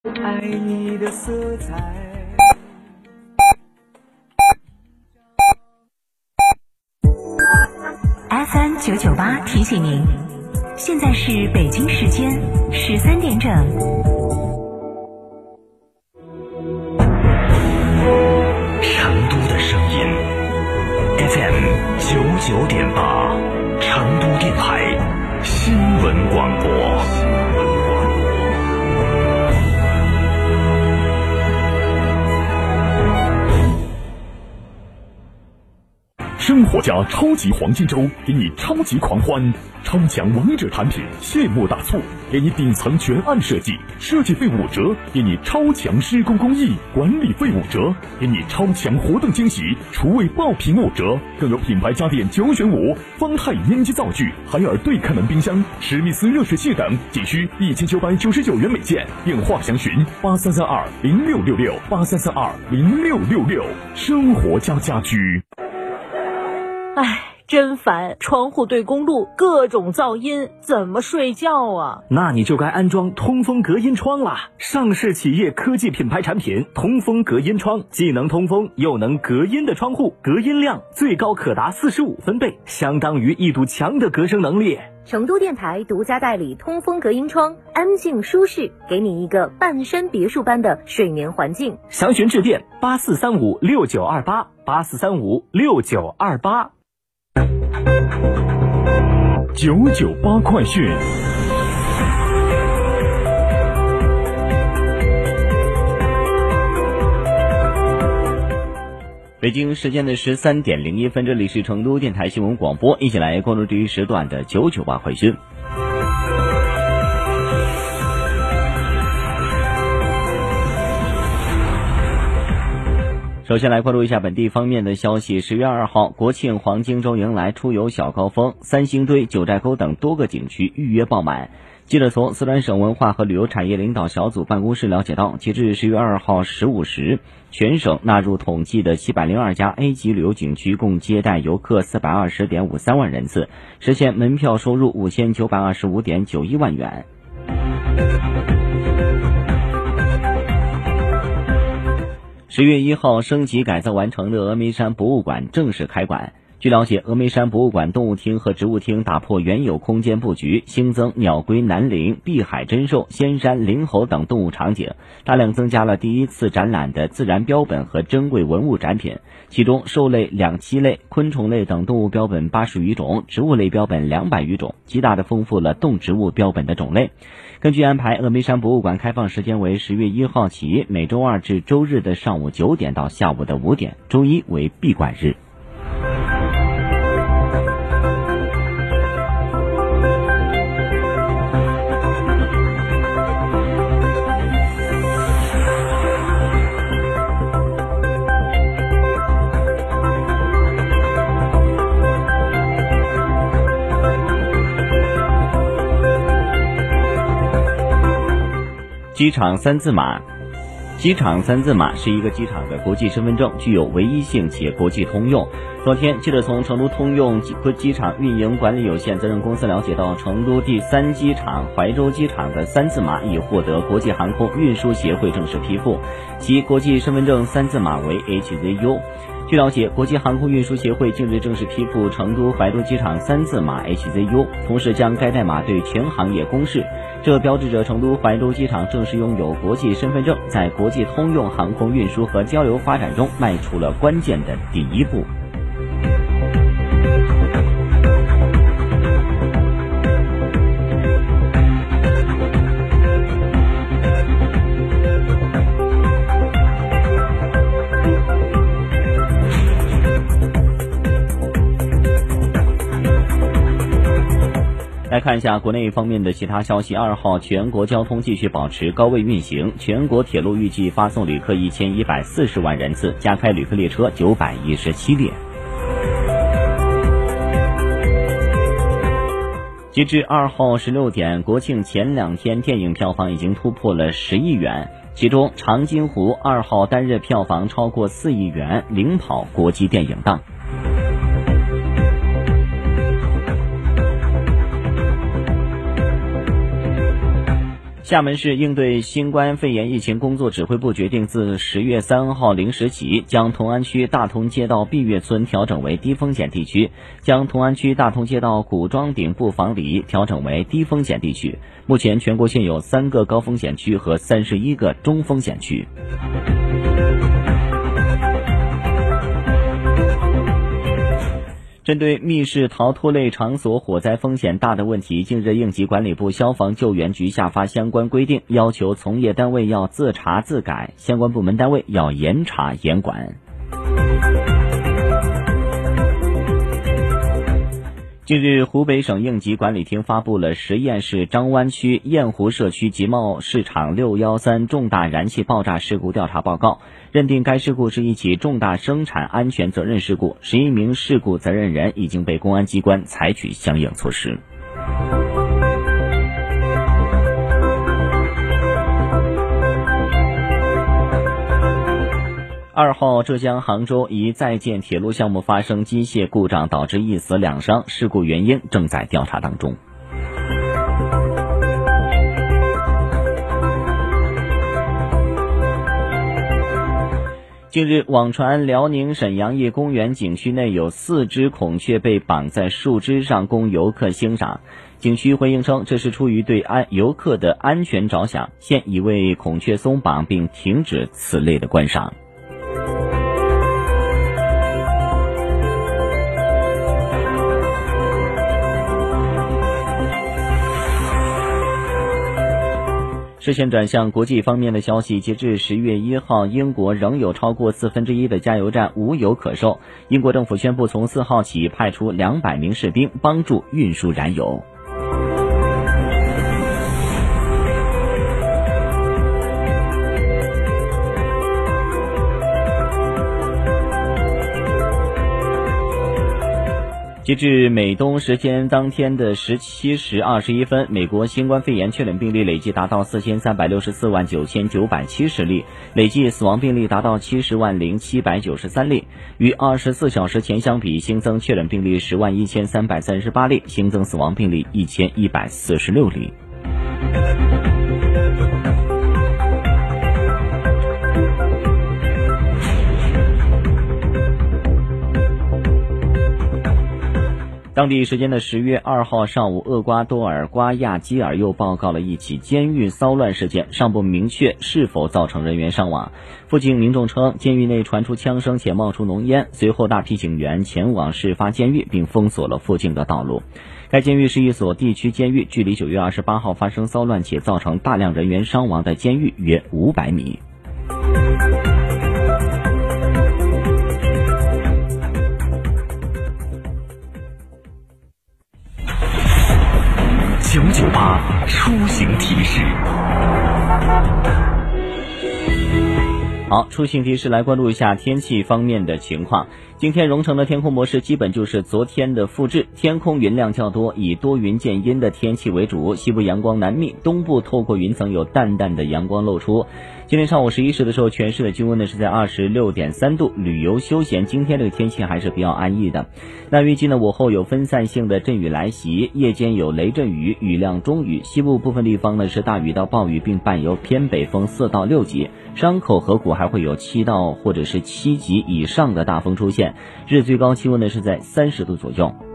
爱你的色彩。 FM998提醒您，现在是北京时间13点整。 成都的声音 FM99.8，成都电台新闻广播。生活家超级黄金周给你超级狂欢，超强王者产品谢幕大促，给你顶层全案设计，设计费5折，给你超强施工工艺，管理费5折，给你超强活动惊喜，厨卫爆品5折，更有品牌家电9选5，方太烟机灶具，海尔对开门冰箱，史密斯热水器等，仅需1999元每件。电话详询83320666，83320666。生活家家居。 唉，真烦，窗户对公路，各种噪音，怎么睡觉啊？ 那你就该安装通风隔音窗啦！上市企业科技品牌产品通风隔音窗，既能通风又能隔音的窗户，隔音量最高可达45分贝，相当于1堵墙的隔声能力。 成都电台独家代理通风隔音窗，安静舒适，给你一个半山别墅般的睡眠环境。 详询致电84356928，84356928。 998快讯。 北京时间的13点01分，这里是成都电台新闻广播，一起来关注这一时段的998快讯。首先来关注一下本地方面的消息。10月2号，国庆黄金周迎来出游小高峰，三星堆、九寨沟等多个景区预约爆满。记者从四川省文化和旅游产业领导小组办公室了解到，截至10月2号15时，全省纳入统计的702家 A 级旅游景区共接待游客420.53万人次，实现门票收入5925.91万元。10月1号，升级改造完成的峨眉山博物馆正式开馆。据了解，峨眉山博物馆动物厅和植物厅打破原有空间布局，新增鸟龟、南羚、碧海珍兽、仙山、灵猴等动物场景，大量增加了第一次展览的自然标本和珍贵文物展品，其中兽类2栖类、昆虫类等动物标本80余种，植物类标本200余种，极大地丰富了动植物标本的种类。根据安排，峨眉山博物馆开放时间为10月1号起，每周2至周日的上午9点到下午的5点，周一为闭馆日。机场三字码是一个机场的国际身份证，具有唯一性且国际通用。昨天，记者从成都通用机场运营管理有限责任公司了解到，成都第3机场怀州机场的3字码已获得国际航空运输协会正式批复，其国际身份证3字码为 HZU。据了解，国际航空运输协会近日正式批复成都怀州机场3字码 HZU， 同时将该代码对全行业公示，这标志着成都怀州机场正式拥有国际身份证，在国际通用航空运输和交流发展中迈出了关键的第一步。来看一下国内方面的其他消息。2号，全国交通继续保持高位运行，全国铁路预计发送旅客1140万人次，加开旅客列车917列。截至2号16点，国庆前2天电影票房已经突破了10亿元，其中长津湖2号单日票房超过4亿元，领跑国际电影档。 厦门市应对新冠肺炎疫情工作指挥部决定，自10月3号0时起，将同安区大同街道碧月村调整为低风险地区，将同安区大同街道古庄顶部房里调整为低风险地区。目前全国现有3个高风险区和31个中风险区。针对密室逃脱类场所火灾风险大的问题，近日应急管理部消防救援局下发相关规定，要求从业单位要自查自改，相关部门单位要严查严管。近日，湖北省应急管理厅发布了十堰市张湾区雁湖社区集贸市场613重大燃气爆炸事故调查报告，认定该事故是一起重大生产安全责任事故，11名事故责任人已经被公安机关采取相应措施。2号，浙江杭州一在建铁路项目发生机械故障，导致1死2伤，事故原因正在调查当中。近日，网传辽宁沈阳驿公园景区内有4只孔雀被绑在树枝上供游客欣赏。景区回应称，这是出于对游客的安全着想，现已为孔雀松绑并停止此类的观赏。视线转向国际方面的消息，截至10月1号，英国仍有超过1/4的加油站无油可售。英国政府宣布从4号起派出200名士兵帮助运输燃油。截至美东时间当天的17时21分，美国新冠肺炎确诊病例累计达到4364万9970例，累计死亡病例达到70万0793例。与24小时前相比，新增确诊病例10万1338例，新增死亡病例1146例。当地时间的10月2号上午，厄瓜多尔瓜亚基尔又报告了一起监狱骚乱事件，尚不明确是否造成人员伤亡。附近民众称，监狱内传出枪声且冒出浓烟，随后大批警员前往事发监狱并封锁了附近的道路。该监狱是一所地区监狱，距离9月28号发生骚乱且造成大量人员伤亡的监狱约500米。 998出行提示。 好，出行提示来关注一下天气方面的情况。今天蓉城的天空模式基本就是昨天的复制，天空云量较多，以多云见阴的天气为主，西部阳光南密，东部透过云层有淡淡的阳光露出。今天上午11时的时候，全市的均温呢是在26.3度，旅游休闲今天这个天气还是比较安逸的。那预计呢午后有分散性的阵雨来袭，夜间有雷阵雨，雨量中雨，西部部分地方呢是大雨到暴雨，并伴有偏北风4到6级，山口河谷还会有7到或者是7级以上的大风出现，日最高气温呢是在30度左右。